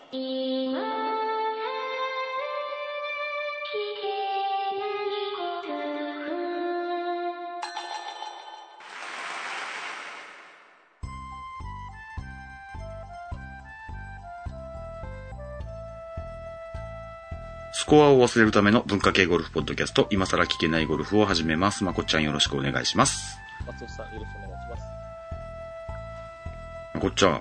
スコアを忘れるための文化系ゴルフポッドキャスト、今更聞けないゴルフを始めます。まこっちゃんよろしくお願いします。 松尾さんよろしくお願いします。 まこっちゃん。 はい。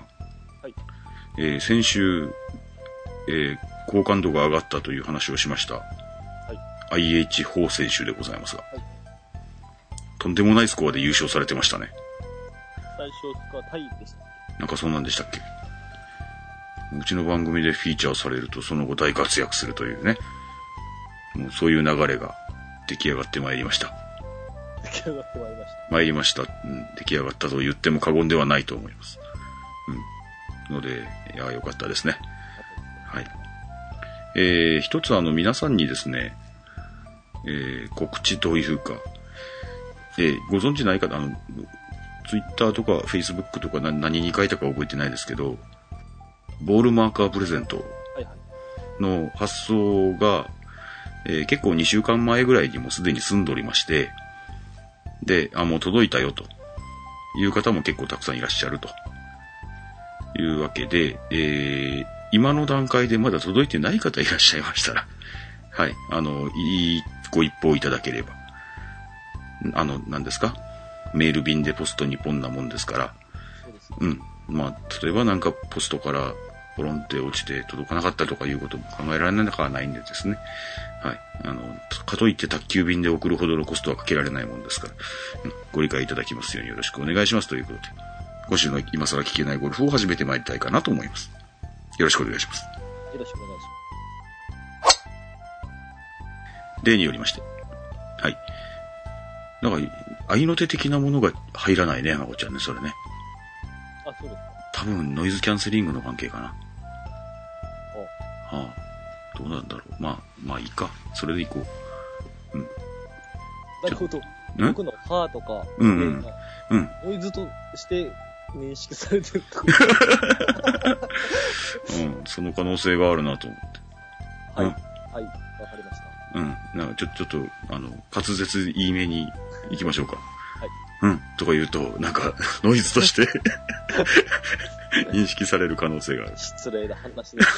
先週、好感度が上がったという話をしました。はい。IH 法選手でございますが。はい。とんでもないスコアで優勝されてましたね。 最初スコアタイでしたっけ？ なんかそんなんでしたっけ？うちの番組でフィーチャーされるとその後大活躍するというね。もうそういう流れが出来上がってまいりました。 出来上がってまいりました。 参りました。出来上がったと言っても過言ではないと思います。ので、いや、よかったですね。はい。一つ皆さんにですね、告知というか、ご存知ない方、ツイッターとかフェイスブックとか何に書いたか覚えてないですけど、ボールマーカープレゼントの発送が、結構2週間前ぐらいにもすでに済んでおりまして、で、もう届いたよという方も結構たくさんいらっしゃるというわけで、今の段階でまだ届いてない方いらっしゃいましたら、はい、いいご一報いただければ、何ですか？メール便でポストにポンなもんですから、 そうですね。 まあ、例えばなんかポストからポロンって落ちて届かなかったとかいうことも考えられなくはないんでですね。はい。かといって宅急便で送るほどのコストはかけられないもんですから、ご理解いただきますようによろしくお願いしますということで、今週の今更聞けないゴルフを始めてまいりたいかなと思います。よろしくお願いします。 よろしくお願いします。例によりまして。はい。なんか、合いの手的なものが入らないね、まこちゃんね、それね。 あ、そうですか。 多分、ノイズキャンセリングの関係かな。どうなんだろう。まあいいか。それでいこう。 なるほど。僕の歯とか、ノイズとして認識されてるとその可能性があるなと思って。 はい。はい。わかりました。 なんかちょっと、滑舌いいめに行きましょうか。 はい。 とか言うと、なんか、ノイズとして認識される可能性がある。 失礼な話です。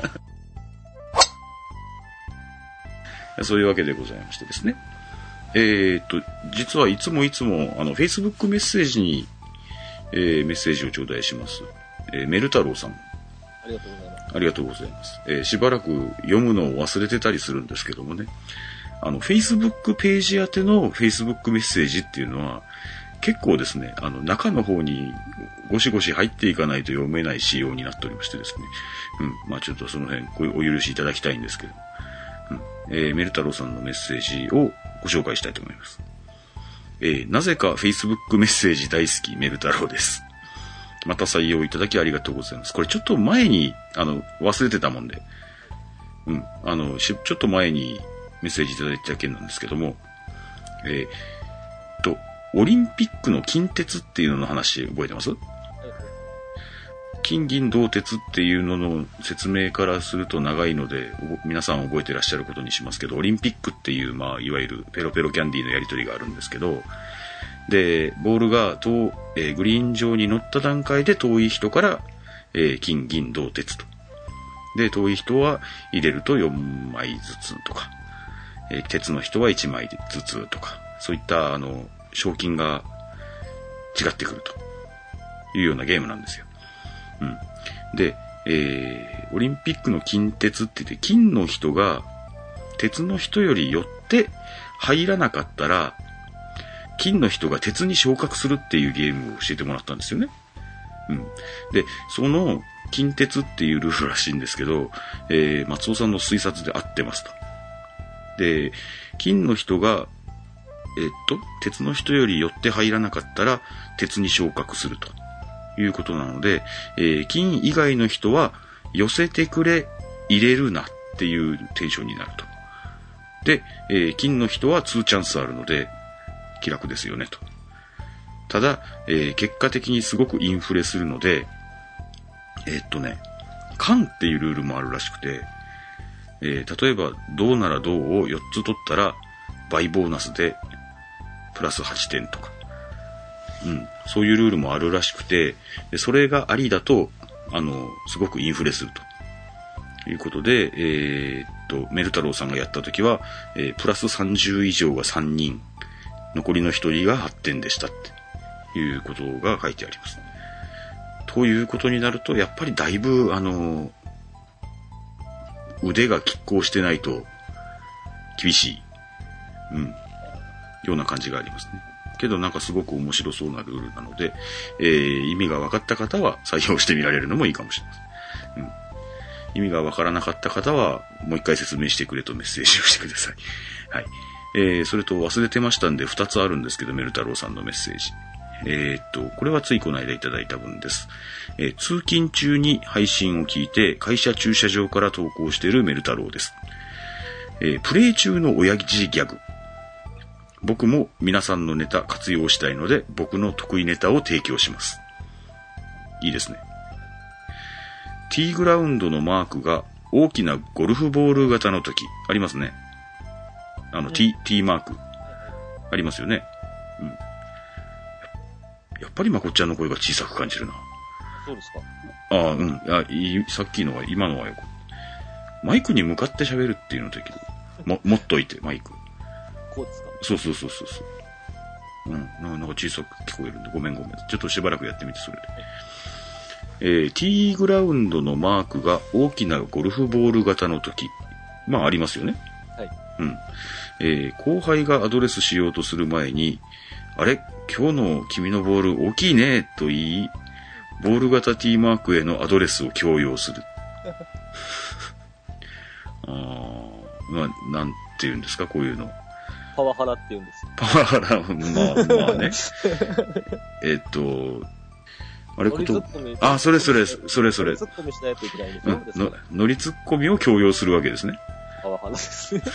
そういうわけでございましてですね。実はいつも、Facebook メッセージに、メッセージを頂戴します。メル太郎さん。 ありがとうございます。 ありがとうございます。しばらく読むのを忘れてたりするんですけどもね。Facebook ページ宛ての Facebook メッセージっていうのは、結構ですね、中の方にゴシゴシ入っていかないと読めない仕様になっておりましてですね。まあちょっとその辺お許しいただきたいんですけど。メル太郎さんのメッセージをご紹介したいと思います。なぜか Facebook メッセージ大好きメル太郎です。また採用いただきありがとうございます。これちょっと前に、忘れてたもんで。ちょっと前にメッセージいただいた件なんですけども、オリンピックの近鉄っていうのの話覚えてます？金銀銅鉄っていうのの説明からすると長いので、皆さん覚えてらっしゃることにしますけど、オリンピックっていう、まあ、いわゆるペロペロキャンディーのやり取りがあるんですけど、で、ボールがグリーン上に乗った段階で遠い人から、金銀銅鉄と。で、遠い人は入れると4枚ずつとか、鉄の人は1枚ずつとか、そういった賞金が違ってくるというようなゲームなんですよ。で、オリンピックの近鉄って言って、金の人が鉄の人より寄って入らなかったら、金の人が鉄に昇格するっていうゲームを教えてもらったんですよね。で、その近鉄っていうルールらしいんですけど、松尾さんの推察で合ってますと。で、金の人が、鉄の人より寄って入らなかったら、鉄に昇格するということなので、金以外の人は寄せてくれ、入れるなっていうテンションになると。で、金の人は2チャンスあるので、気楽ですよねと。ただ、結果的にすごくインフレするので、 間っていうルールもあるらしくて、例えば、銅なら銅を4つ取ったら、倍ボーナスで、プラス8点とか。そういうルールもあるらしくて、でそれがありだと、すごくインフレするということで、メル太郎さんがやったときは、プラス30以上が3人、残りの1人が8点でしたっていうことが書いてあります。ということになると、やっぱりだいぶ、腕が拮抗してないと厳しい、ような感じがありますね。けどなんかすごく面白そうなルールなので、意味が分かった方は採用してみられるのもいいかもしれません。意味が分からなかった方はもう一回説明してくれとメッセージをしてください。はい。それと忘れてましたんで2つあるんですけど、メル太郎さんのメッセージ。これはついこの間いただいた分です。通勤中に配信を聞いて会社駐車場から投稿しているメル太郎です。プレイ中の親父ギャグ。僕も皆さんのネタ活用したいので僕の得意ネタを提供します。いいですね。T グラウンドのマークが大きなゴルフボール型の時ありますね。T マークありますよね。やっぱりまこっちゃんの声が小さく感じるな。 そうですか。 さっきのは、今のはよく。マイクに向かって喋るっていうのだけど、持っといて、マイク。 こうですか。 そう。なんか小さく聞こえるんで、ごめん。ちょっとしばらくやってみて、それで。T グラウンドのマークが大きなゴルフボール型の時。まあ、ありますよね。 はい。 後輩がアドレスしようとする前に、あれ今日の君のボール大きいねと言い、ボール型 T マークへのアドレスを強要する。まあ、なんて言うんですか、こういうの。 パワハラって言うんです。 パワハラ、まあね。あれこと、それ。 ノリツッコミしないといけないんですよ。 ノリツッコミを強要するわけですね。 パワハラですね。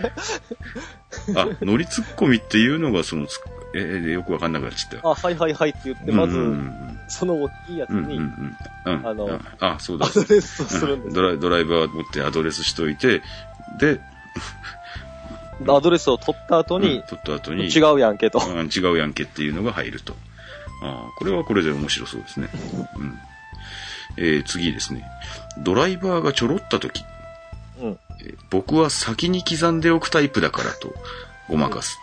ノリツッコミっていうのがよくわかんなくなっちゃった。 はいって言って、まず、その大きいやつに、 そうだ。 アドレスをするんです。 ドライバー持ってアドレスしといて、で、 アドレスを取った後に、違うやんけと。 違うやんけっていうのが入ると。これはこれで面白そうですね。次ですね。ドライバーがちょろったとき、僕は先に刻んでおくタイプだからとごまかす。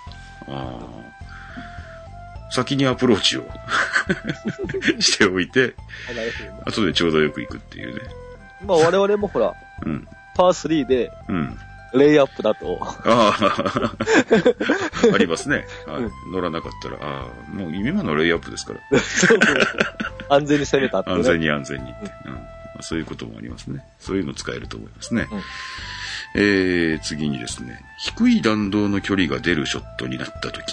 先にアプローチをしておいて、後でちょうどよく行くっていうね。 まあ我々もほら、パー3で、レイアップだと。 ありますね。乗らなかったら、もう今のレイアップですから。 安全に攻めたって、ね。 安全にって、そういうこともありますね。そういうの使えると思いますね。次にですね、低い弾道の距離が出るショットになったとき。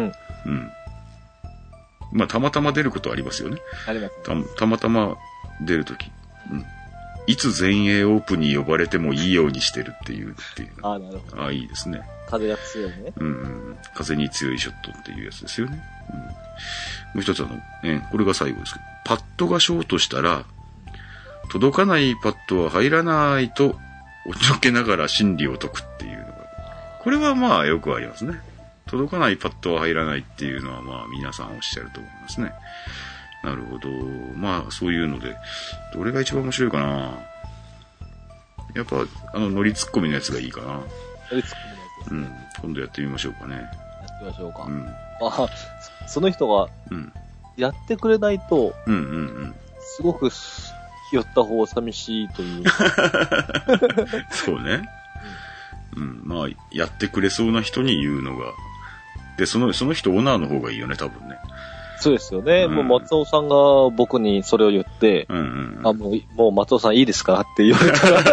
まあ、たまたま出ることありますよね。 あります。 たまたま出るとき。いつ全英オープンに呼ばれてもいいようにしてるっていう。 なるほど。 いいですね。 風が強いね。 風に強いショットっていうやつですよね。もう一つこれが最後ですけど、パットがショートしたら、届かないパットは入らないと、おちょけながら真理を解くっていうのが。これはまあよくありますね。届かないパットは入らないっていうのはまあ皆さんおっしゃると思いますね。なるほど。まあそういうので、どれが一番面白いかな。やっぱノリツッコミのやつがいいかな。 ノリツッコミのやつです。 今度やってみましょうかね。 やってみましょうか。その人がやってくれないと、すごく寄った方寂しいという。 そうね。まあやってくれそうな人に言うのが。でその人オーナーの方がいいよね、多分ね。 そうですよね。もう松尾さんが僕にそれを言って、もう松尾さんいいですかって言われたら、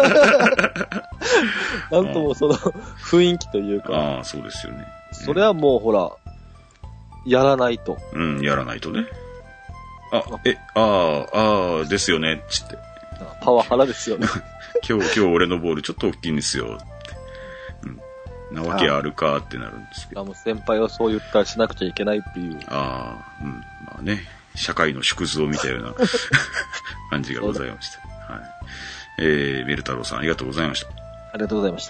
なんともその雰囲気というか。 そうですよね。 それはもうほら、やらないと。 やらないとね。ですよね、つって。 パワハラですよね。 今日俺のボールちょっと大きいんですよ。なわけあるかってなるんですけど。 先輩はそう言ったらしなくちゃいけないっていう。 まあね、社会の縮図を見たような感じがございました。 ベル太郎さんありがとうございました。 ありがとうございました。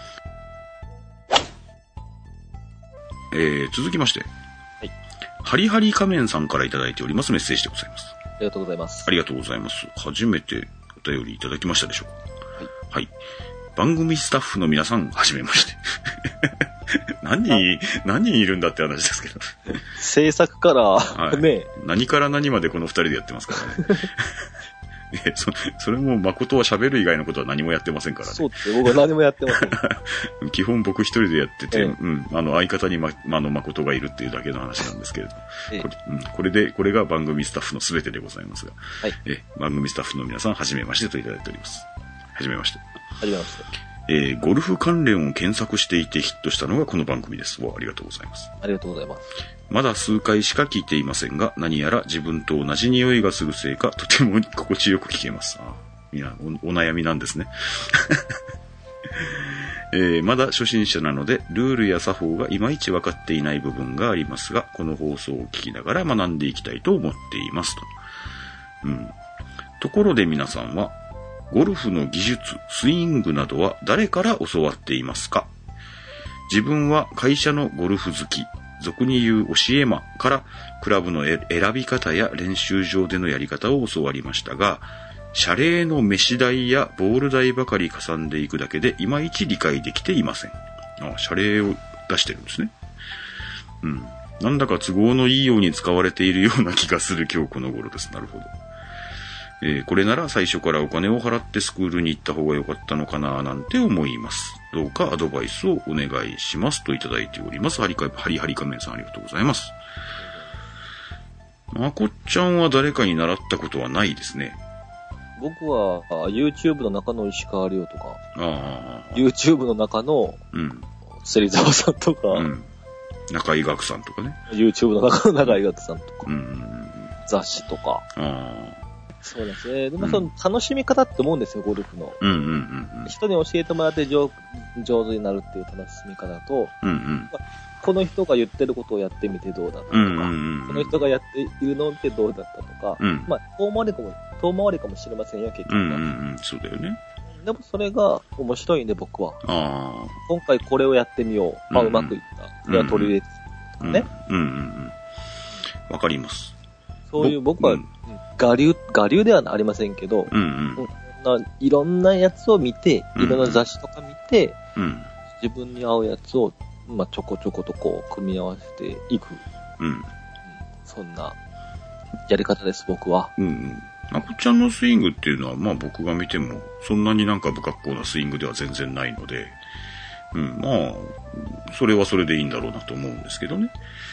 続きまして、 はい。 ハリハリ仮面さんからいただいておりますメッセージでございます。 ありがとうございます。 ありがとうございます。初めてお便りいただきましたでしょうか。 はい。 はい。番組スタッフの皆さん、はじめまして。何人いるんだって話ですけど。 制作から、はい、ね。 何から何までこの二人でやってますからね。それも誠は喋る以外のことは何もやってませんからね。 そうって僕は何もやってません。 基本僕一人でやってて、相方に誠がいるっていうだけの話なんですけれど、これが番組スタッフのすべてでございますが、はい、番組スタッフの皆さんはじめましてといただいております。はじめまして。 はじめまして。 ゴルフ関連を検索していてヒットしたのがこの番組です。ありがとうございます。 ありがとうございます。 まだ数回しか聞いていませんが、何やら自分と同じ匂いがするせいか、とても心地よく聞けます。みんなお悩みなんですね。まだ初心者なので、ルールや作法がいまいち分かっていない部分がありますが、この放送を聞きながら学んでいきたいと思っていますと。ところで皆さんは、ゴルフの技術、スイングなどは誰から教わっていますか？自分は会社のゴルフ好き、俗に言う教え魔からクラブの選び方や練習場でのやり方を教わりましたが、謝礼の飯代やボール代ばかりかさんでいくだけでいまいち理解できていません。謝礼を出してるんですね。なんだか都合のいいように使われているような気がする今日この頃です。なるほど。これなら最初からお金を払ってスクールに行った方が良かったのかななんて思います。どうかアドバイスをお願いしますといただいております。ハリハリ仮面さんありがとうございます。まこっちゃんは誰かに習ったことはないですね。 僕は YouTube の中の石川遼とか、YouTube の中の芹沢さんとか、 中井学さんとかね。 YouTube の中の中井学さんとか、雑誌とか。そうですね。でもその楽しみ方って思うんですよ、ゴルフの。人に教えてもらって上手になるっていう楽しみ方と、この人が言ってることをやってみてどうだったとか、この人がやっているのを見てどうだったとか、遠回りかもしれませんよ、結局は。 そうだよね。 でもそれが面白いんで、僕は。今回これをやってみよう。うまくいった。それは取り入れてとかね。 わかります。 そういう僕は、我流ではありませんけど、いろんなやつを見て、いろんな雑誌とか見て、自分に合うやつを、ちょこちょことこう、組み合わせていく。そんな、やり方です、僕は。 まこちゃんのスイングっていうのは、僕が見ても、そんなになんか不格好なスイングでは全然ないので、それはそれでいいんだろうなと思うんですけどね。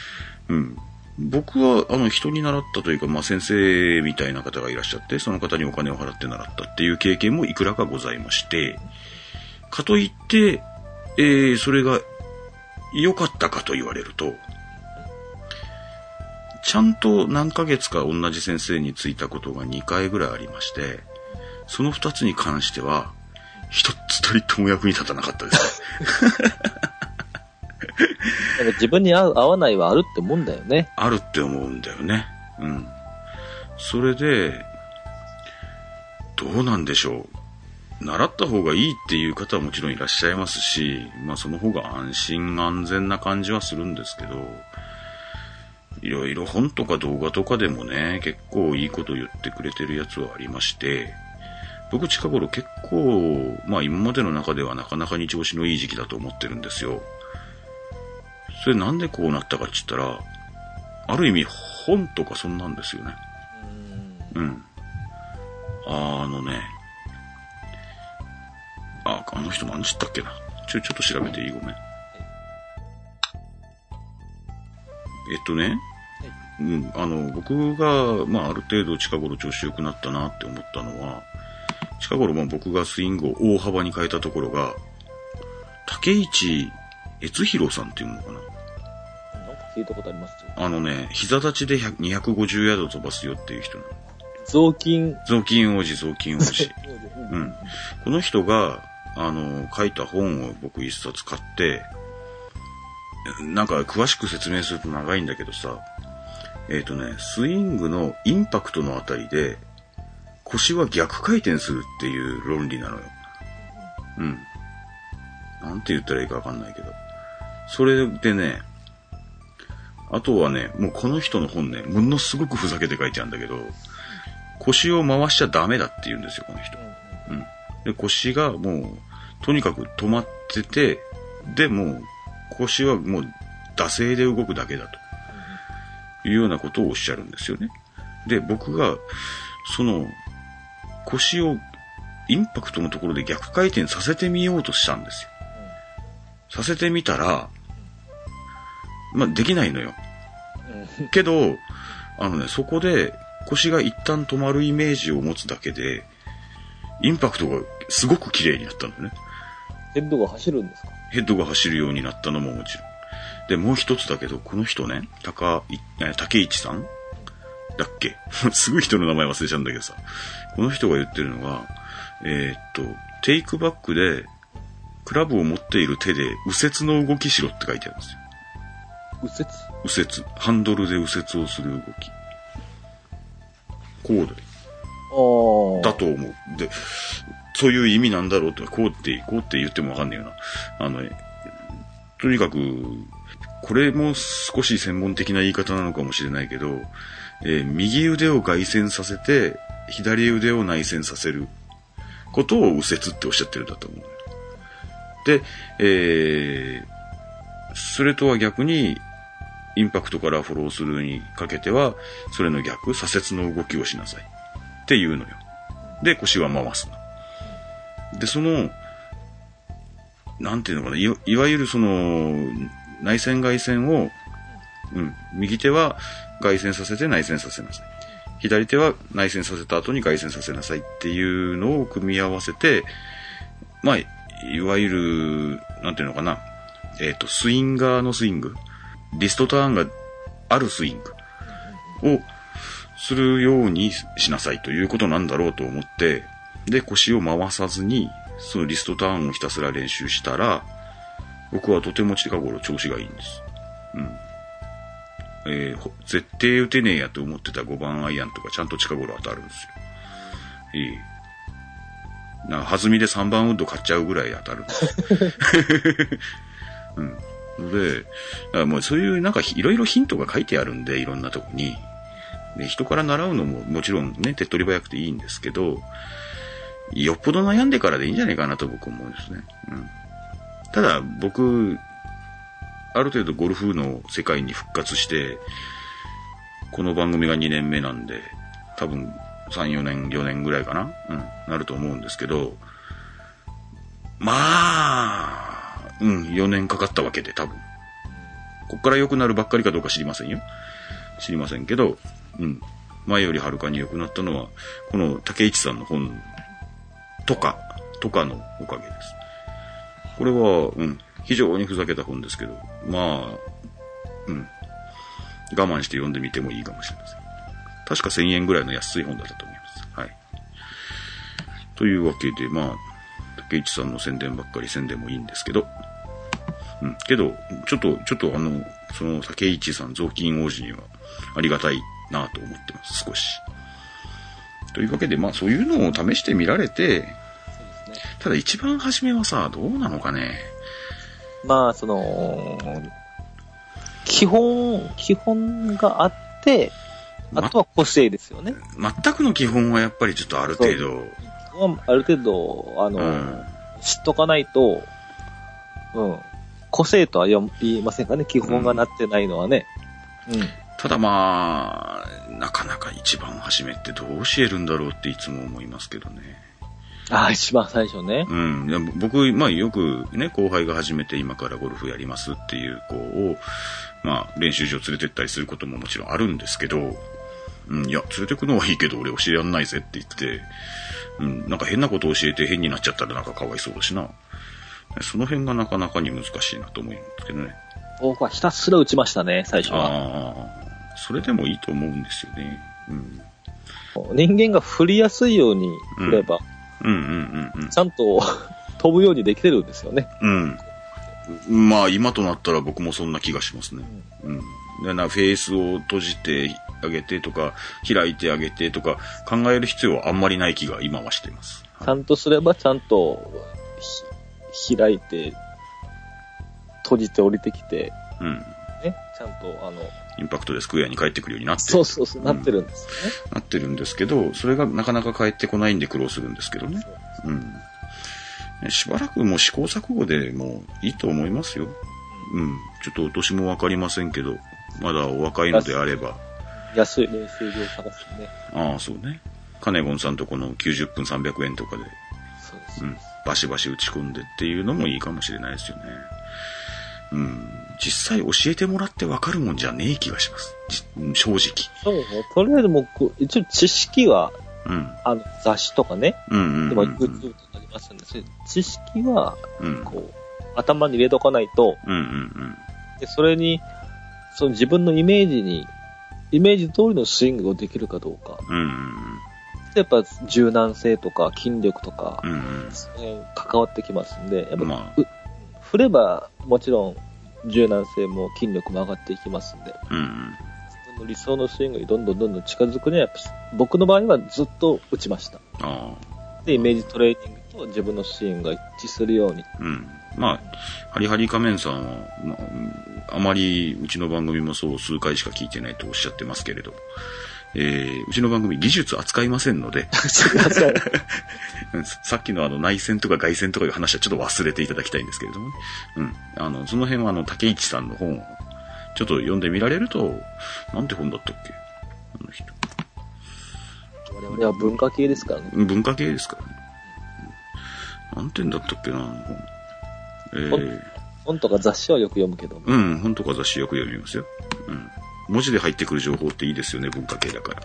僕は、人に習ったというか、先生みたいな方がいらっしゃって、その方にお金を払って習ったっていう経験もいくらかございまして、かといって、それが良かったかと言われると、ちゃんと何ヶ月か同じ先生についたことが2回ぐらいありまして、その2つに関しては、一人とも役に立たなかったですね。 自分に合わないはあるってもんだよね。 あるって思うんだよね。それで、どうなんでしょう。習った方がいいっていう方はもちろんいらっしゃいますし、その方が安心安全な感じはするんですけど、いろいろ本とか動画とかでもね、結構いいこと言ってくれてるやつはありまして、僕近頃結構、今までの中ではなかなかに調子のいい時期だと思ってるんですよ。それなんでこうなったかって言ったら、ある意味本とかそんなんですよね。あの人何つったっけな。ちょっと調べていい？ごめん。僕が、ある程度近頃調子良くなったなって思ったのは、近頃僕がスイングを大幅に変えたところが、竹市悦弘さんっていうのかな。 なんか聞いたことありますよ。 膝立ちで250ヤード飛ばすよっていう人なの。 雑巾王子。この人が、書いた本を僕一冊買って、なんか詳しく説明すると長いんだけどさ、スイングのインパクトのあたりで、 腰は逆回転するっていう論理なのよ。うん。なんて言ったらいいかわかんないけど。それでね、あとはね、もうこの人の本ね、ものすごくふざけて書いてあるんだけど、腰を回しちゃダメだって言うんですよ、この人。うん。で、腰がもう、とにかく止まってて、で、もう、腰はもう、惰性で動くだけだというようなことをおっしゃるんですよね。で、僕が、腰をインパクトのところで逆回転させてみようとしたんですよ。させてみたら、まあ、できないのよ。けど、そこで腰が一旦止まるイメージを持つだけで、インパクトがすごく綺麗になったのね。 ヘッドが走るんですか？ ヘッドが走るようになったのももちろん。で、もう一つだけど、この人ね、竹市さんだっけすぐ人の名前忘れちゃうんだけどさ。この人が言ってるのが、テイクバックで、クラブを持っている手で右折の動きしろって書いてあるんですよ。右折。ハンドルで右折をする動き。こうだと思う。で、そういう意味なんだろうと、こうって言ってもわかんねえよな。とにかく、これも少し専門的な言い方なのかもしれないけど、右腕を外旋させて、左腕を内旋させることを右折っておっしゃってるんだと思う。で、それとは逆に、インパクトからフォロースルーにかけては、それの逆、左折の動きをしなさい。っていうのよ。で、腰は回すの。で、なんていうのかな、いわゆる内旋外旋を、右手は外旋させて内旋させなさい。左手は内旋させた後に外旋させなさいっていうのを組み合わせて、まあ、いわゆる、なんていうのかな、スインガーのスイング、リストターンがあるスイングをするようにしなさいということなんだろうと思って、で、腰を回さずに、そのリストターンをひたすら練習したら、僕はとても近頃調子がいいんです。絶対打てねえやと思ってた5番アイアンとかちゃんと近頃当たるんですよ。弾みで3番ウッド買っちゃうぐらい当たるんですよ。で、もうそういうなんかいろいろヒントが書いてあるんで、いろんなとこに。で、人から習うのももちろんね、手っ取り早くていいんですけど、よっぽど悩んでからでいいんじゃないかなと僕思うんですね。ただ僕、ある程度ゴルフの世界に復活して、この番組が2年目なんで、多分3、4年ぐらいかな、なると思うんですけど、まあ、4年かかったわけで多分。こっから良くなるばっかりかどうか知りませんよ。知りませんけど、前よりはるかに良くなったのは、この竹市さんの本とかのおかげです。これは、非常にふざけた本ですけど、まあ、我慢して読んでみてもいいかもしれません。確か1000円ぐらいの安い本だったと思います。はい。というわけで、まあ、竹市さんの宣伝ばっかり宣伝もいいんですけど、けど、ちょっとその竹市さん雑巾王子にはありがたいなと思ってます、少し。というわけで、まあそういうのを試してみられて、ただ一番初めはさ、どうなのかね。 まあ、基本があって、あとは個性ですよね。 全くの基本はやっぱりちょっとある程度。 ある程度、知っとかないと、個性とは言いませんかね、基本がなってないのはね。 ただまあ、なかなか一番初めってどう教えるんだろうっていつも思いますけどね。 一番最初ね。 僕、まあよくね、後輩が初めて今からゴルフやりますっていう子を、まあ練習場連れてったりすることももちろんあるんですけど、いや、連れてくのはいいけど俺教えらんないぜって言って、なんか変なことを教えて変になっちゃったらなんかかわいそうだしな。その辺がなかなかに難しいなと思うんですけどね。 僕はひたすら打ちましたね、最初は。 それでもいいと思うんですよね。 人間が振りやすいように振れば、ちゃんと飛ぶようにできてるんですよね。 まあ今となったら僕もそんな気がしますね。フェースを閉じてあげてとか、開いてあげてとか、考える必要はあんまりない気が今はしています。 ちゃんとすればちゃんと、開いて、閉じて降りてきて、 うん。 ね、ちゃんとインパクトでスクエアに帰ってくるようになってる。 そうそうそう、なってるんですよね。 なってるんですけど、それがなかなか帰ってこないんで苦労するんですけどね。うん。しばらくもう試行錯誤でもいいと思いますよ。うん。ちょっとお年もわかりませんけど、まだお若いのであれば。 安い練習場を探すね。 ああ、そうね。カネゴンさんとこの90分300円とかで、 そうです。 うん。バシバシ打ち込んでっていうのもいいかもしれないですよね。うん。実際教えてもらってわかるもんじゃねえ気がします。正直。 そうね。とりあえずもう、一応知識は、 うん。 雑誌とかね。 うんうんうん、 今 YouTube とかありますんで、知識は、こう、頭に入れとかないと、 うんうんうん。 で、それに、その自分のイメージ通りのスイングをできるかどうか。 うんうんうん。 やっぱ柔軟性とか筋力とか、 うんうん、 関わってきますんで、やっぱ、 まあ、 振ればもちろん柔軟性も筋力も上がっていきますんで、 うんうん、 自分の理想のスイングにどんどん近づくには、やっぱ僕の場合はずっと打ちました。で、イメージトレーニングと自分のスイングが一致するように。 うん。まあ、ハリハリ仮面さんは、あまりうちの番組もそう数回しか聞いてないとおっしゃってますけれど、うちの番組技術扱いませんのでさっきの内戦とか外戦とかいう話はちょっと忘れていただきたいんですけれどもね。うん。その辺は竹市さんの本をちょっと読んでみられると、なんて本だったっけ？あの人。 我々は文化系ですからね。 文化系ですからね。なんてんだったっけな、本。 本とか雑誌はよく読むけど。 うん、本とか雑誌よく読みますよ。うん。文字で入ってくる情報っていいですよね、文化系だから。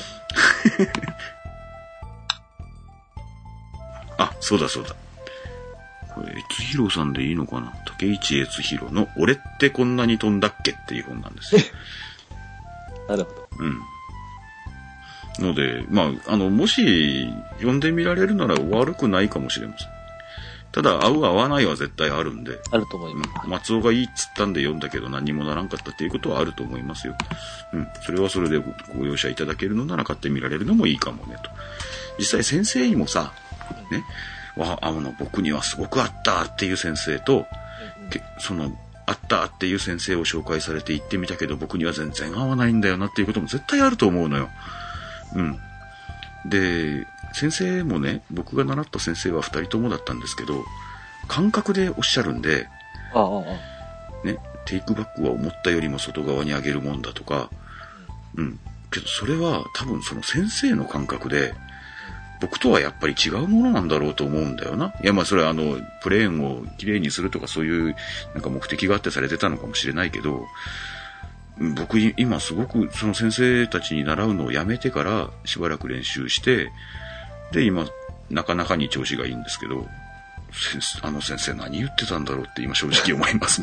あ、そうだ。これ、悦弘さんでいいのかな？竹市悦弘の俺ってこんなに飛んだっけっていう本なんですよ。 なるほど。 うん。ので、まあ、もし、読んでみられるなら悪くないかもしれません。ただ、合う合わないは絶対あるんで。 あると思います。 松尾がいいっつったんで読んだけど何にもならんかったっていうことはあると思いますよ。うん。それはそれでご容赦いただけるのなら買ってみられるのもいいかもね、と。実際先生にもさ、ね、僕にはすごくあったっていう先生と、あったっていう先生を紹介されて行ってみたけど僕には全然合わないんだよなっていうことも絶対あると思うのよ。うん。で、先生もね、僕が習った先生は2人ともだったんですけど、感覚でおっしゃるんで、ね、テイクバックは思ったよりも外側に上げるもんだとか、うん。けどそれは多分その先生の感覚で、僕とはやっぱり違うものなんだろうと思うんだよな。いや、まあそれはプレーンをきれいにするとかそういうなんか目的があってされてたのかもしれないけど、僕今すごくその先生たちに習うのをやめてからしばらく練習して、で今なかなかに調子がいいんですけど、先生何言ってたんだろうって今正直思います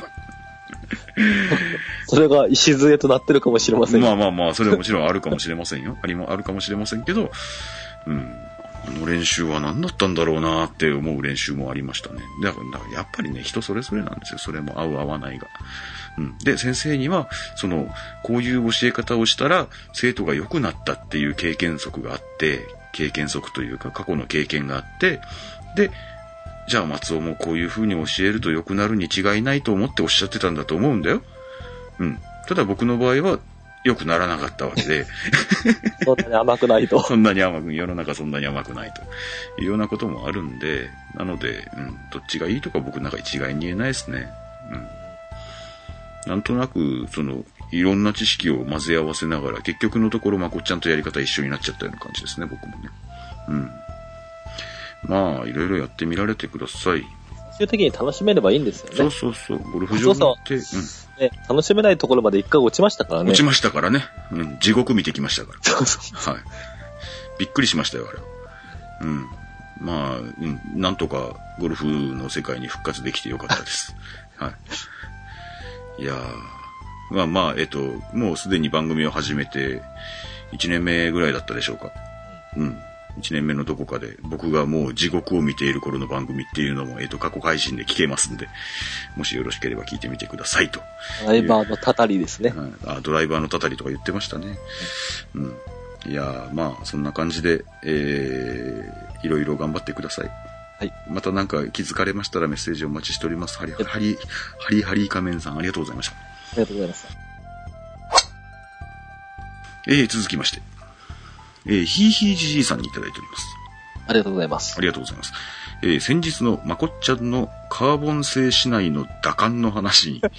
それが礎となってるかもしれません。 まあそれはもちろんあるかもしれませんよ。あるかもしれませんけど、うん。練習は何だったんだろうなって思う練習もありましたね。だからやっぱりね、人それぞれなんですよ。それも合う合わないが。うん。で、先生には、こういう教え方をしたら、生徒が良くなったっていう経験則があって、経験則というか過去の経験があって、で、じゃあ松尾もこういう風に教えると良くなるに違いないと思っておっしゃってたんだと思うんだよ。うん。ただ僕の場合は、良くならなかったわけでそんなに甘くないと世の中そんなに甘くないというようなこともあるんで、なので、どっちがいいとか僕なんか一概に言えないですね。なんとなくいろんな知識を混ぜ合わせながら結局のところまこっちゃんとやり方一緒になっちゃったような感じですね、僕もね。まあいろいろやってみられてください。 そういう時に楽しめればいいんですよね。 そうゴルフ場に行って、 ね、楽しめないところまで一回落ちましたからね。 落ちましたからね。地獄見てきましたから。はい。びっくりしましたよ、あれは。まあ、なんとかゴルフの世界に復活できてよかったです。はい。いやー、まあ、もうすでに番組を始めて1年目ぐらいだったでしょうか。 1年目のどこかで僕がもう地獄を見ている頃の番組っていうのも、過去配信で聞けますんで、もしよろしければ聞いてみてくださいと。 ドライバーのたたりですね。 ドライバーのたたりとか言ってましたね。うん。いやまあ、そんな感じで、いろいろ頑張ってください。 はい。 またなんか気づかれましたらメッセージをお待ちしております。ハリ仮面さん、ありがとうございました。 ありがとうございます。 続きまして、ひいひいじじいさんにいただいております。 ありがとうございます。 ありがとうございます。先日のまこっちゃんのカーボン製市内の打感の話に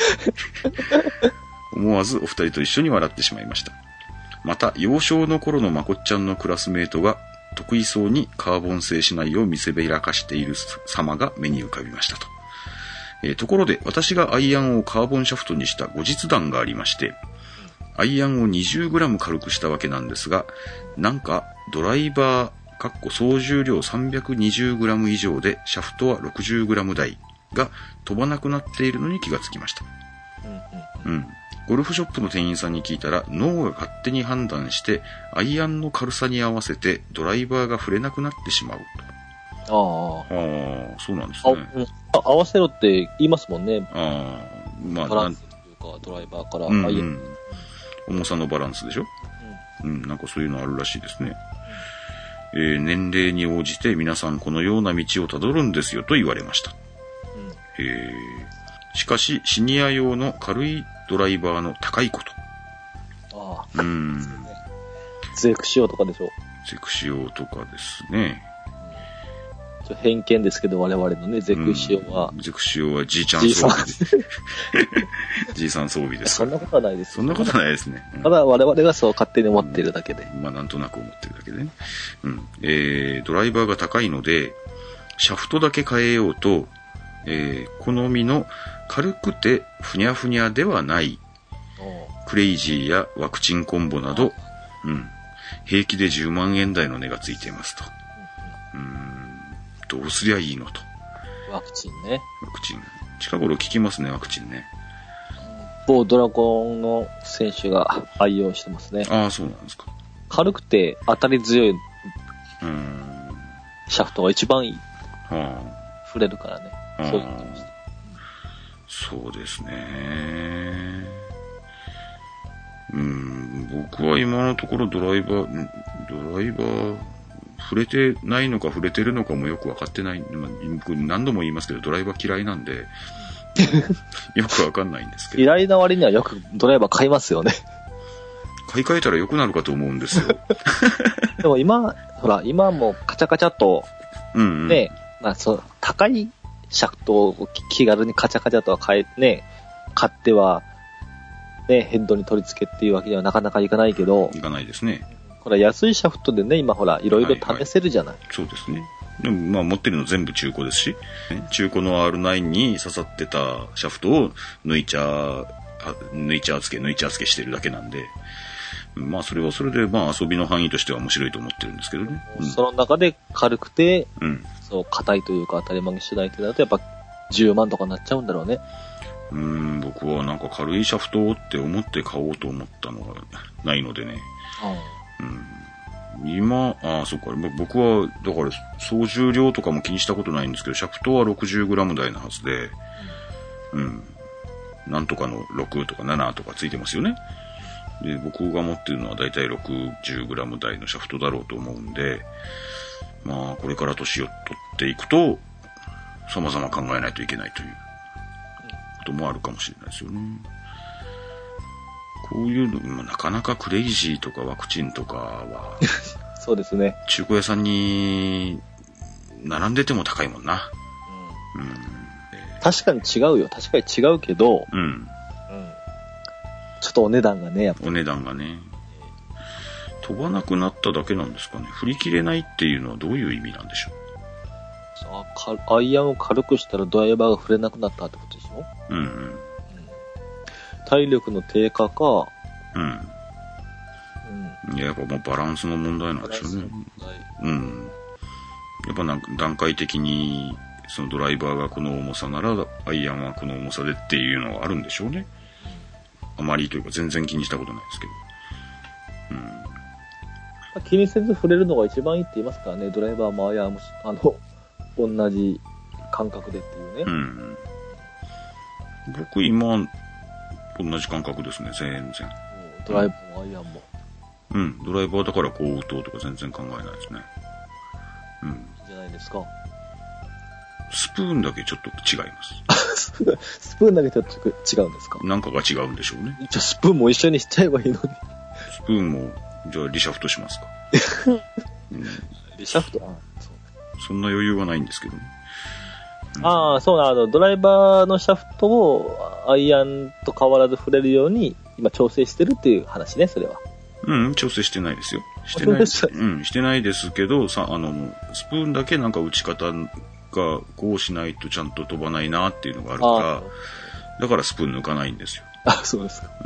思わずお二人と一緒に笑ってしまいました。また幼少の頃のまこっちゃんのクラスメートが得意そうにカーボン製市内を見せびらかしている様が目に浮かびましたと。ところで私がアイアンをカーボンシャフトにした後日談がありまして、アイアンを 20g 軽くしたわけなんですが、なんかドライバー総重量 320g 以上でシャフトは 60g 台が飛ばなくなっているのに気がつきました。ゴルフショップの店員さんに聞いたら、脳が勝手に判断してアイアンの軽さに合わせてドライバーが触れなくなってしまうと。そうなんですね。 合わせろって言いますもんね。 まあ、 バランスというかドライバーからアイアン、 重さのバランスでしょ。なんかそういうのあるらしいですね。年齢に応じて皆さんこのような道をたどるんですよと言われました。しかしシニア用の軽いドライバーの高いこと。 ゼクシオとかでしょ。 ゼクシオとかですね。 偏見ですけど我々のね、ゼクシオは。 ゼクシオはじいちゃん装備です。じいさん装備です。 そんなことはないです。 そんなことはないですね。 ただ我々がそう勝手に思っているだけで。 まあなんとなく思ってるだけでね。ドライバーが高いので、シャフトだけ変えようと、好みの軽くてふにゃふにゃではないクレイジーやワクチンコンボなど、平気で10万円台の値がついていますと。どうすりゃいいのと。 ワクチンね。 ワクチン。近頃聞きますね、ワクチンね。 某ドラゴンの選手が愛用してますね。 ああ、そうなんですか。 軽くて当たり強いシャフトが一番いい。触れるからね。そう言ってました。 そうですね。僕は今のところドライバー、触れてないのか触れてるのかもよくわかってない。僕何度も言いますけど、ドライバー嫌いなんで、よくわかんないんですけど。 嫌いな割にはよくドライバー買いますよね。 買い替えたら良くなるかと思うんですよ。 でも今もカチャカチャと、ね、高いシャフトを気軽にカチャカチャとは買っては、ね、ヘッドに取り付けっていうわけにはなかなかいかないけど。 いかないですね。 ほら、安いシャフトでね、今いろいろ試せるじゃない。 そうですね。でも持ってるの全部中古ですし、中古の R9 に刺さってたシャフトを抜いちゃ付けしてるだけなんで、それはそれで遊びの範囲としては面白いと思ってるんですけどね。 その中で軽くて、硬いというか当たり曲げしないってなるとやっぱ10万とかなっちゃうんだろうね。 僕はなんか軽いシャフトって思って買おうと思ったのがないのでね。そっか。僕は、だから、総重量とかも気にしたことないんですけど、シャフトは 60g 台のはずで、なんとかの6とか7とかついてますよね。で、僕が持ってるのはだいたい 60g 台のシャフトだろうと思うんで、これから年を取っていくと、様々考えないといけないということもあるかもしれないですよね。こういうの、なかなかクレイジーとかワクチンとかは、 そうですね。 中古屋さんに並んでても高いもんな。 確かに違うよ。確かに違うけど、ちょっとお値段がね、やっぱり。 お値段がね。飛ばなくなっただけなんですかね。振り切れないっていうのはどういう意味なんでしょう。アイアンを軽くしたらドライバーが触れなくなったってことでしょ。体力の低下か、 やっぱもうバランスの問題なんでしょうね。やっぱ段階的にそのドライバーがこの重さならアイアンはこの重さでっていうのがあるんでしょうね。あまりというか全然気にしたことないですけど。 気にせず触れるのが一番いいって言いますからね、ドライバーもアイアンも、同じ感覚でっていうね。 僕今、同じ感覚ですね、全然。 ドライバーもアイアンも。 ドライバーだからこう打とうとか全然考えないですね。 いいんじゃないですか。 スプーンだけちょっと違います。 スプーンだけちょっと違うんですか？ なんかが違うんでしょうね。 じゃあスプーンも一緒にしちゃえばいいのに。スプーンも、じゃあリシャフトしますか。 リシャフト？ そんな余裕はないんですけどね。 そうな、ドライバーのシャフトをアイアンと変わらず触れるように今調整してるっていう話ね、それは。 調整してないですよ。してない。してないですけど、スプーンだけなんか打ち方がこうしないとちゃんと飛ばないなっていうのがあるから、だからスプーン抜かないんですよ。 そうですか。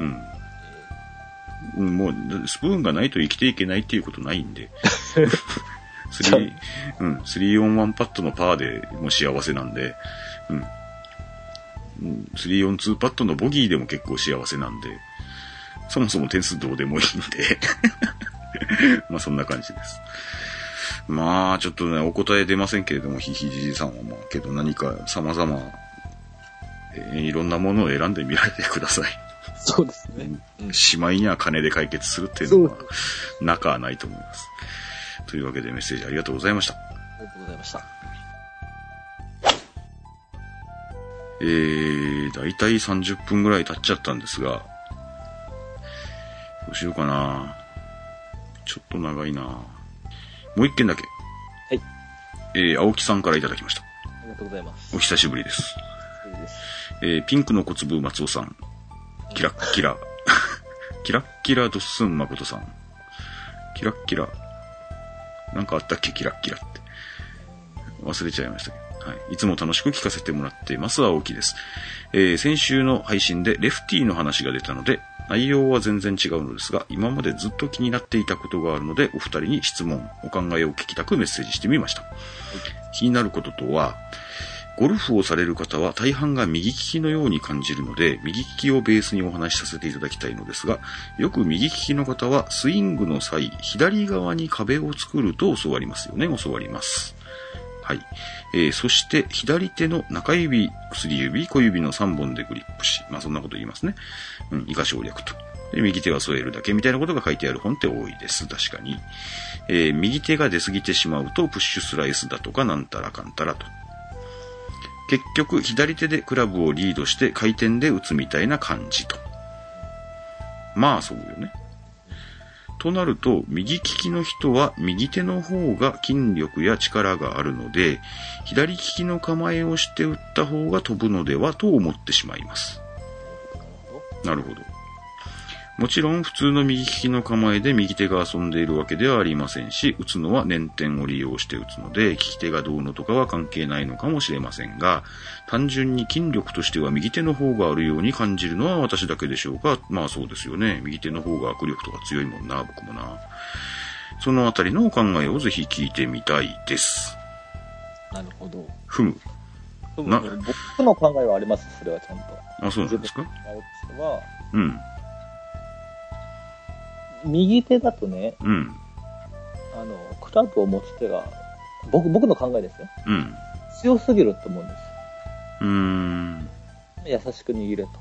もう、スプーンがないと生きていけないっていうことないんで。3-on-1 パットのパーでも幸せなんで、3-on-2 パットのボギーでも結構幸せなんで、そもそも点数どうでもいいんで、まあそんな感じです。まあちょっとね、お答え出ませんけれども、ひひじじさんはまあけど何か様々、いろんなものを選んでみられてください。 そうですね。 しまいには金で解決するっていうのは、なかはないと思います。というわけでメッセージありがとうございました。 ありがとうございました。 だいたい30分ぐらい経っちゃったんですが、どうしようかな。ちょっと長いな。もう一件だけ。 はい。 青木さんからいただきました。 ありがとうございます。 お久しぶりです。ピンクの小粒松尾さん。キラッキラ。キラッキラドッスン誠さん。キラッキラ。なんかあったっけキラッキラって。忘れちゃいましたけど。はい。いつも楽しく聞かせてもらっています。青木です。先週の配信でレフティーの話が出たので、内容は全然違うのですが、今までずっと気になっていたことがあるので、お二人に質問、お考えを聞きたくメッセージしてみました。気になることとは、ゴルフをされる方は大半が右利きのように感じるので、右利きをベースにお話しさせていただきたいのですが、よく右利きの方はスイングの際、左側に壁を作ると教わりますよね。教わります。はい。そして左手の中指、薬指、小指の3本でグリップし、まあそんなこと言いますね。以下省略と。で、右手は添えるだけみたいなことが書いてある本って多いです。確かに。右手が出過ぎてしまうとプッシュスライスだとかなんたらかんたらと。結局左手でクラブをリードして回転で打つみたいな感じと。まあそうよね。となると、右利きの人は右手の方が筋力や力があるので、左利きの構えをして打った方が飛ぶのではと思ってしまいます。なるほど。もちろん普通の右利きの構えで右手が遊んでいるわけではありませんし、打つのは捻転を利用して打つので、利き手がどうのとかは関係ないのかもしれませんが、単純に筋力としては右手の方があるように感じるのは私だけでしょうか。まあそうですよね。右手の方が握力とか強いもんな、僕もな。そのあたりのお考えをぜひ聞いてみたいです。 なるほど。 僕の考えはあります、それはちゃんと。 あ、そうなんですか？ 右手だとね、クラブを持つ手が、僕の考えですよ。強すぎると思うんです。優しく握れと。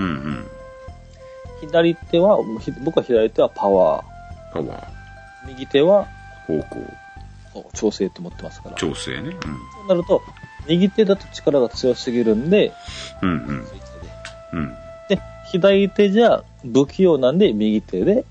左手は、僕は左手はパワー。右手は方向。 調整と思ってますから。 調整ね。 そうなると、右手だと力が強すぎるんで、で、左手じゃ不器用なんで右手で、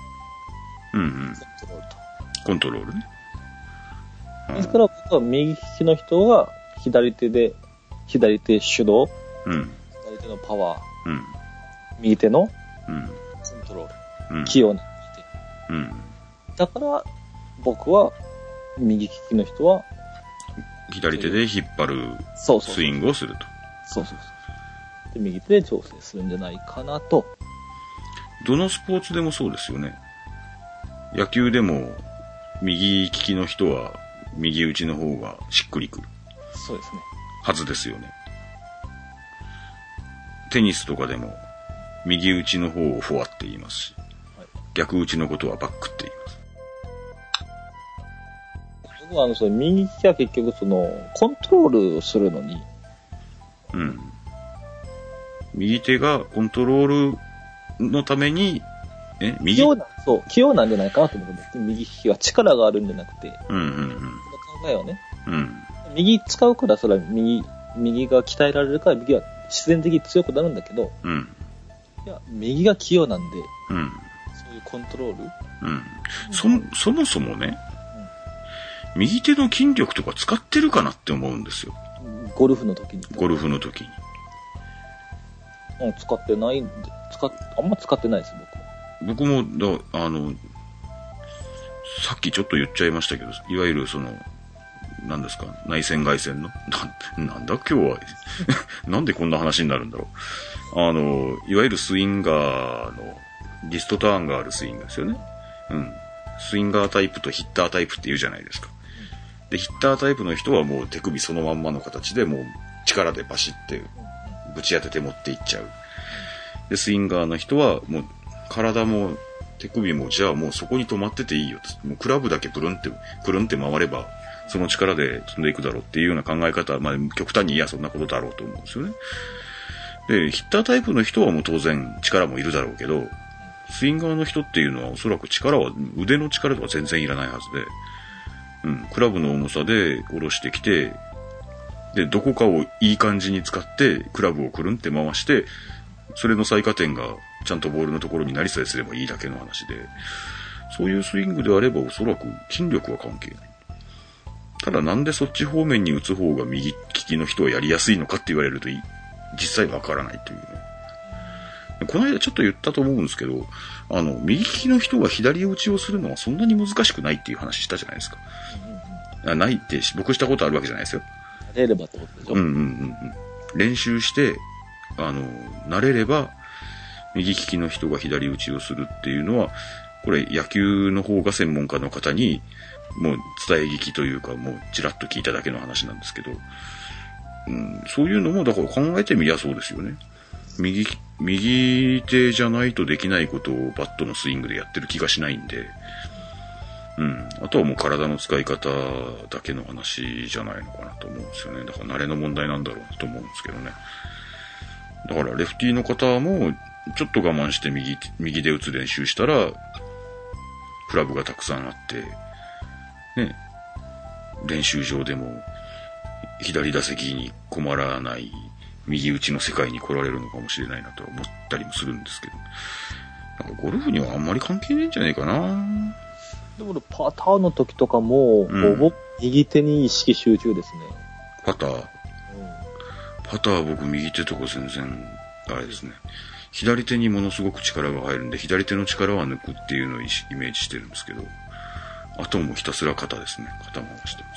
コントロールね。 ですから僕は右利きの人が左手主導、左手のパワー、右手のコントロール、器用な手。だから僕は右利きの人は左手で引っ張るスイングをすると。 そう。で右手で調整するんじゃないかなと。 どのスポーツでもそうですよね。野球でも右利きの人は右打ちの方がしっくりくる。 そうですね。 はずですよね。テニスとかでも右打ちの方をフォアって言いますし、逆打ちのことはバックって言います。 その右利きは結局コントロールするのに。 うん。右手がコントロールのために、 器用なんじゃないかなと思うんです。右利きは力があるんじゃなくて。 うんうんうん。 考えはね。 うん。 右使うからそれは右が鍛えられるから右は自然的に強くなるんだけど。 うん。 いや、右が器用なんで。 うん。 そういうコントロール。 うん。そもそもね、右手の筋力とか使ってるかなって思うんですよ。 ゴルフの時に。使ってないんで、あんま使ってないです、 僕も、さっきちょっと言っちゃいましたけど、いわゆる何ですか、内線外線の、なんだ今日は、なんでこんな話になるんだろう。いわゆるスインガーの、リストターンがあるスイングですよね。うん。スインガータイプとヒッタータイプって言うじゃないですか。で、ヒッタータイプの人はもう手首そのまんまの形でもう力でバシってぶち当てて持っていっちゃう。で、スインガーの人はもう体も手首もじゃあもうそこに止まってていいよ。もうクラブだけくるんって回ればその力で飛んでいくだろうっていうような考え方は、まあ極端にそんなことだろうと思うんですよね。で、ヒッタータイプの人はもう当然力もいるだろうけど、スインガーの人っていうのはおそらく力は腕の力とか全然いらないはずで、うん、クラブの重さで下ろしてきて、で、どこかをいい感じに使って、クラブをくるんって回して、それの最下点がちゃんとボールのところになりさえすればいいだけの話で、そういうスイングであればおそらく筋力は関係ない。ただなんでそっち方面に打つ方が右利きの人はやりやすいのかって言われると実際わからないというね。この間ちょっと言ったと思うんですけど、右利きの人が左打ちをするのはそんなに難しくないっていう話したじゃないですか。ないって僕したことあるわけじゃないですよ。 慣れればってことでしょ。 練習して、慣れれば、右利きの人が左打ちをするっていうのは、これ野球の方が専門家の方に、もう伝え聞きというか、もうちらっと聞いただけの話なんですけど、そういうのもだから考えてみりゃそうですよね。右手じゃないとできないことをバットのスイングでやってる気がしないんで、あとはもう体の使い方だけの話じゃないのかなと思うんですよね。だから慣れの問題なんだろうと思うんですけどね。だからレフティーの方もちょっと我慢して右で打つ練習したら、クラブがたくさんあって、ね、練習場でも左打席に困らない右打ちの世界に来られるのかもしれないなと思ったりもするんですけど、なんかゴルフにはあんまり関係ないんじゃないかな。 でもパターの時とかも、ほぼ右手に意識集中ですね。 パター僕右手とか全然あれですね。左手にものすごく力が入るんで、左手の力は抜くっていうのをイメージしてるんですけど、あともひたすら肩ですね。肩回してます。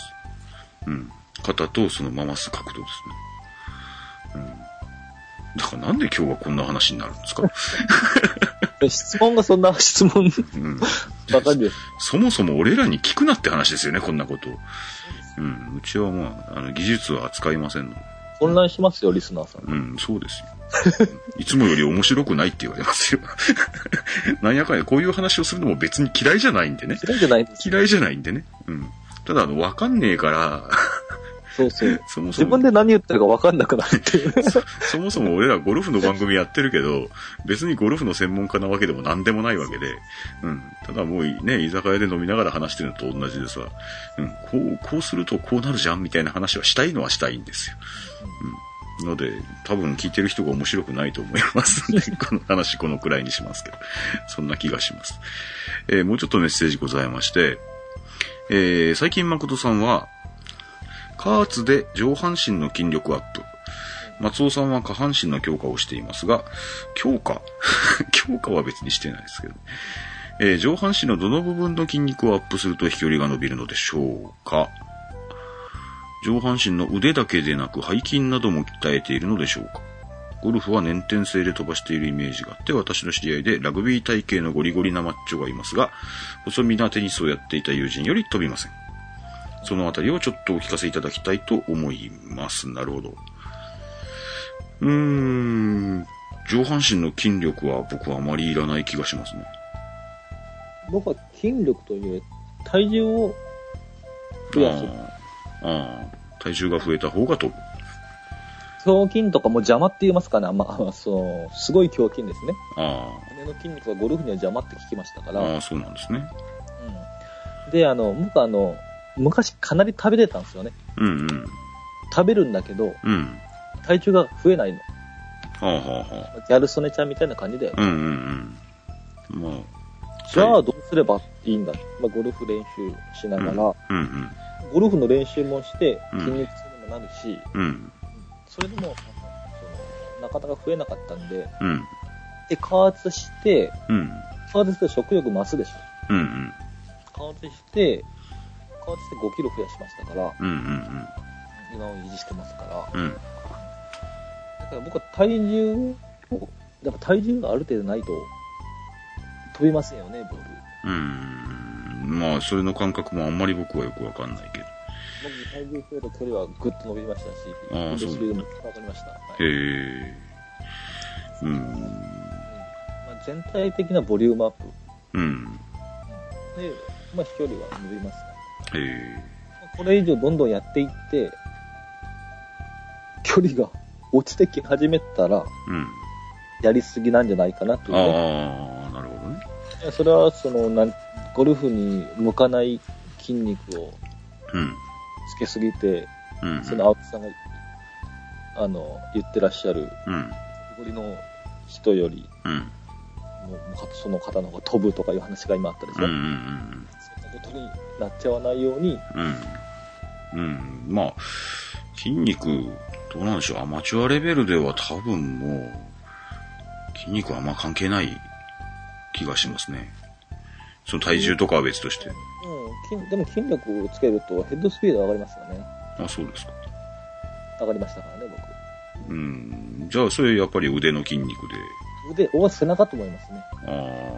肩とその回す角度ですね。だからなんで今日はこんな話になるんですか？ 質問がそんな質問、ばかりです。 そもそも俺らに聞くなって話ですよね、こんなこと。うちはまあ、技術は扱いませんので。 混乱しますよ、リスナーさん。 そうですよ。いつもより面白くないって言われますよ。なんやかんや、こういう話をするのも別に嫌いじゃないんでね。嫌いじゃないんでね。ただ、わかんねえから、 そう。自分で何言ってるか分かんなくなるっていう。 そもそも俺らゴルフの番組やってるけど、別にゴルフの専門家なわけでも何でもないわけで、ただもうね、居酒屋で飲みながら話してるのと同じでさ、こうするとこうなるじゃんみたいな話はしたいのはしたいんですよ。ので、多分聞いてる人が面白くないと思いますね。この話このくらいにしますけど。そんな気がします。もうちょっとメッセージございまして、最近誠さんは、加圧で上半身の筋力アップ。松尾さんは下半身の強化をしていますが、強化は別にしてないですけど、上半身のどの部分の筋肉をアップすると飛距離が伸びるのでしょうか。上半身の腕だけでなく背筋なども鍛えているのでしょうか。ゴルフは粘点性で飛ばしているイメージがあって、私の知り合いでラグビー体型のゴリゴリなマッチョがいますが、細身なテニスをやっていた友人より飛びません。そのあたりをちょっとお聞かせいただきたいと思います。なるほど。上半身の筋力は僕はあまりいらない気がしますね。 僕は筋力というより体重を増やす。 体重が増えた方が飛ぶ。 胸筋とかも邪魔って言いますかね。すごい胸筋ですね。胸の筋肉がゴルフには邪魔って聞きましたから。 そうなんですね。 うん。で、僕昔かなり食べてたんですよね。 うんうん。 食べるんだけど、 うん。 体重が増えないの。 ギャル曽根ちゃんみたいな感じだよね。 うんうんうん。まあ。 じゃあどうすればいいんだ。ゴルフ練習しながら、ゴルフの練習もして筋肉痛にもなるし、それでもなかなか増えなかったんで、で加圧して、加圧して食欲増すでしょ。加圧して5キロ増やしましたから、今を維持してますから、だから僕は体重がある程度ないと飛びませんよね、ボール。 まあ、それの感覚もあんまり僕はよくわかんないけど。 僕、体重増えた距離はぐっと伸びましたし、 そうスピードもわかりました。全体的なボリュームアップ。で、飛距離は伸びますね。これ以上どんどんやっていって、距離が落ちてき始めたら、やりすぎなんじゃないかなという、 なるほどね。 それはゴルフに向かない筋肉をつけすぎて、青木さんが言ってらっしゃる、ゴリの人より、その方の方が飛ぶとかいう話が今あったでしょ。そんなことになっちゃわないように。 まあ、筋肉、どうなんでしょう。アマチュアレベルでは多分もう、筋肉はあんま関係ない気がしますね。その体重とかは別として。 でも筋力をつけるとヘッドスピード上がりますよね。 そうですか。 上がりましたからね、 僕。じゃあ、それやっぱり腕の筋肉で。 背中と思いますね。最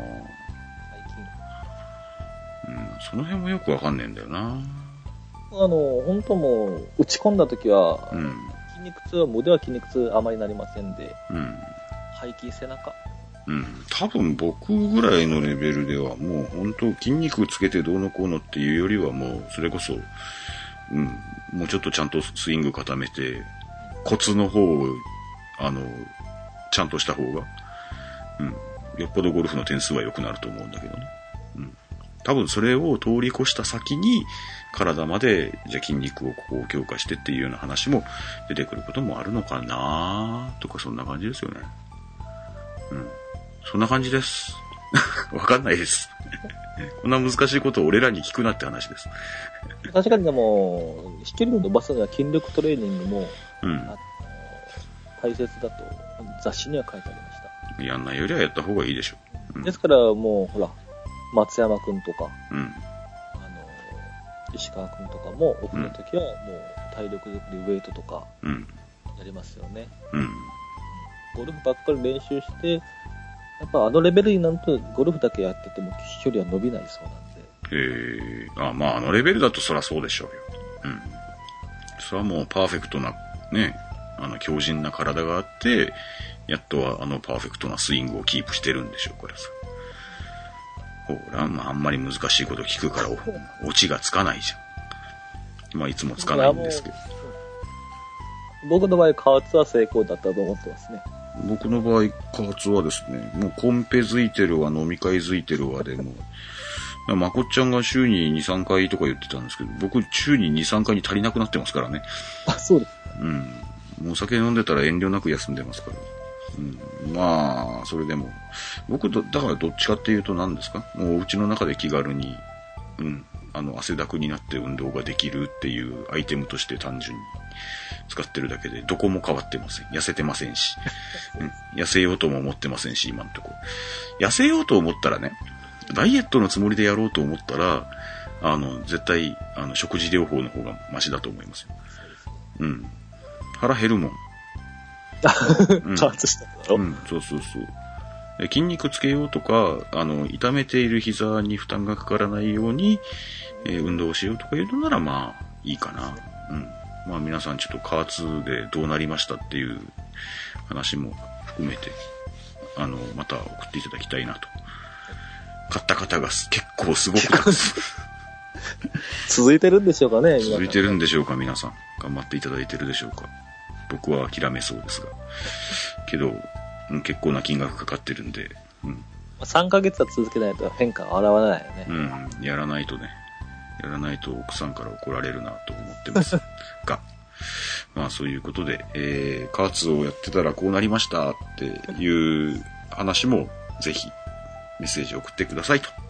近。その辺もよくわかんねえんだよな。 本当もう、打ち込んだ時は、筋肉痛は、腕は筋肉痛あまりなりませんで、背筋、背中。 多分僕ぐらいのレベルではもう本当筋肉つけてどうのこうのっていうよりはもうそれこそ、もうちょっとちゃんとスイング固めて、コツの方を、ちゃんとした方が、よっぽどゴルフの点数は良くなると思うんだけどね。多分それを通り越した先に体までじゃあ筋肉をここを強化してっていうような話も出てくることもあるのかなとかそんな感じですよね。そんな感じです。わかんないです。こんな難しいことを俺らに聞くなって話です。 確かにでも、飛距離を伸ばすには筋力トレーニングも、大切だと雑誌には書いてありました。 やんないよりはやった方がいいでしょ。 ですからもう、ほら、松山くんとか、石川くんとかも、オフの時はもう体力作り、ウェイトとか、やりますよね。ゴルフばっかり練習して、やっぱレベルになるとゴルフだけやってても飛距離は伸びないそうなんで。 まあレベルだとそらそうでしょうよ。それはもうパーフェクトな、ね、強靭な体があって、やっとはパーフェクトなスイングをキープしてるんでしょうからさ。ほら、あんまり難しいこと聞くからオチがつかないじゃん。いつもつかないんですけど。 僕の場合、加圧は成功だったと思ってますね。 僕の場合、加圧はですね、もうコンペづいてるわ、飲み会づいてるわでも、まこっちゃんが週に2、3回とか言ってたんですけど、僕週に2、3回に足りなくなってますからね。 そうです。 もうお酒飲んでたら遠慮なく休んでますから。それでも、僕だからどっちかっていうと何ですか？もううちの中で気軽に、汗だくになって運動ができるっていうアイテムとして単純に使ってるだけで、どこも変わってません。痩せてませんし。痩せようとも思ってませんし、今のところ。痩せようと思ったらね、ダイエットのつもりでやろうと思ったら、絶対、食事療法の方がマシだと思いますよ。腹減るもん。 加圧したんだろ？ そう。筋肉つけようとか、痛めている膝に負担がかからないように、運動をしようとかいうのならまあ、いいかな。皆さんちょっと加圧でどうなりましたっていう話も含めて、また送っていただきたいなと。買った方が結構すごくたくさん。 続いてるんでしょうかね。 続いてるんでしょうか、皆さん。頑張っていただいてるでしょうか。僕は諦めそうですが。けど、結構な金額かかってるんで。 3ヶ月は続けないと変化は現れないよね。 やらないとね。やらないと奥さんから怒られるなと思ってますが。まあそういうことで、カーツをやってたらこうなりましたっていう話もぜひメッセージを送ってくださいと。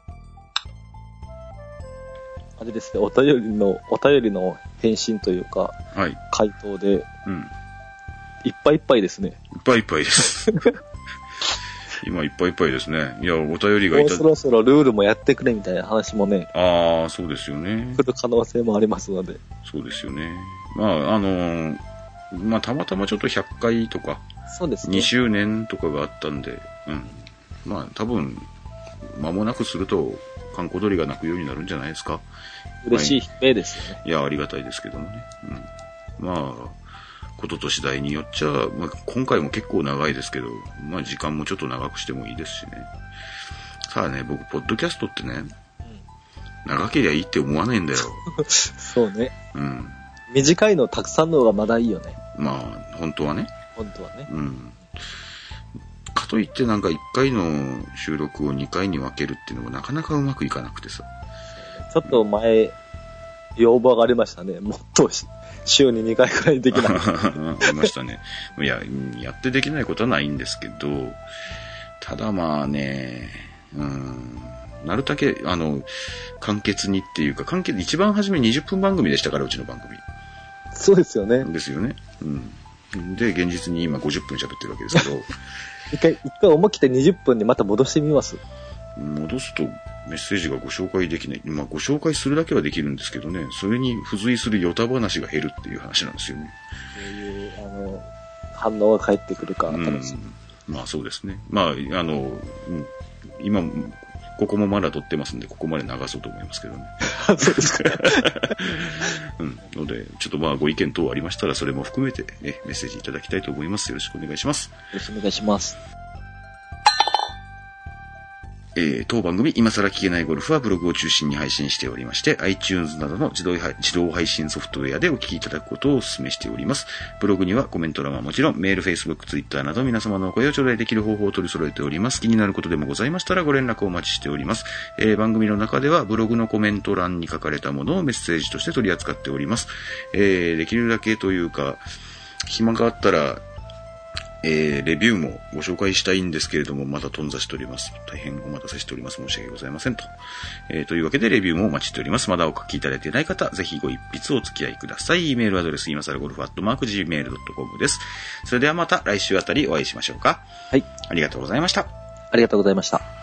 あれですね、お便りの返信というか、 はい、 回答で、いっぱいいっぱいですね。 いっぱいいっぱいです。今いっぱいいっぱいですね。いや、お便りがいた。 もうそろそろルールもやってくれみたいな話もね。 ああ、そうですよね。 来る可能性もありますので。 そうですよね。まあ、たまたまちょっと100回とか、 そうですね。 2周年とかがあったんで、まあ、多分、間もなくすると、閑古鳥が鳴くようになるんじゃないですか。 嬉しい悲鳴ですよね。 いや、ありがたいですけどもね。まあ、ことと次第によっちゃ、今回も結構長いですけど、時間もちょっと長くしてもいいですしね。ただね、僕、ポッドキャストってね、長けりゃいいって思わないんだよ。 そうね。短いのたくさんの方がまだいいよね。 まあ、本当はね。 本当はね。 かといってなんか1回の収録を2回に分けるっていうのもなかなかうまくいかなくてさ。 ちょっと前、要望がありましたね。もっと週に2回くらいできない。 ありましたね。いや、やってできないことはないんですけど、ただまあね、なるだけ、簡潔にっていうか、一番初め20分番組でしたから、うちの番組。 そうですよね。 ですよね。で、現実に今50分喋ってるわけですけど。 一回思い切って20分にまた戻してみます。 戻すとメッセージがご紹介できない。ご紹介するだけはできるんですけどね、それに付随するヨタ話が減るっていう話なんですよね。 そういう、反応が返ってくるか、楽しみ。 まあそうですね。今、ここもまだ撮ってますんで、ここまで流そうと思いますけどね。 そうですか。 ので、ちょっとご意見等ありましたら、それも含めて、メッセージいただきたいと思います。よろしくお願いします。 よろしくお願いします。 当番組今更聞けないゴルフはブログを中心に配信しておりまして、iTunes などの自動配信ソフトウェアでお聞きいただくことをお勧めしております。ブログにはコメント欄はもちろん、メール、Facebook、Twitter など皆様のお声を頂戴できる方法を取り揃えております。気になることでもございましたらご連絡をお待ちしております。番組の中ではブログのコメント欄に書かれたものをメッセージとして取り扱っております。できるだけというか、暇があったら、レビューもご紹介したいんですけれども、まだ頓挫しております。大変お待たせしております。申し訳ございませんと。というわけでレビューもお待ちしております。まだお書きいただいていない方、ぜひご一筆お付き合いください。メールアドレス、今更ゴルフ@gmail.com です。それではまた来週あたりお会いしましょうか。 はい。 ありがとうございました。 ありがとうございました。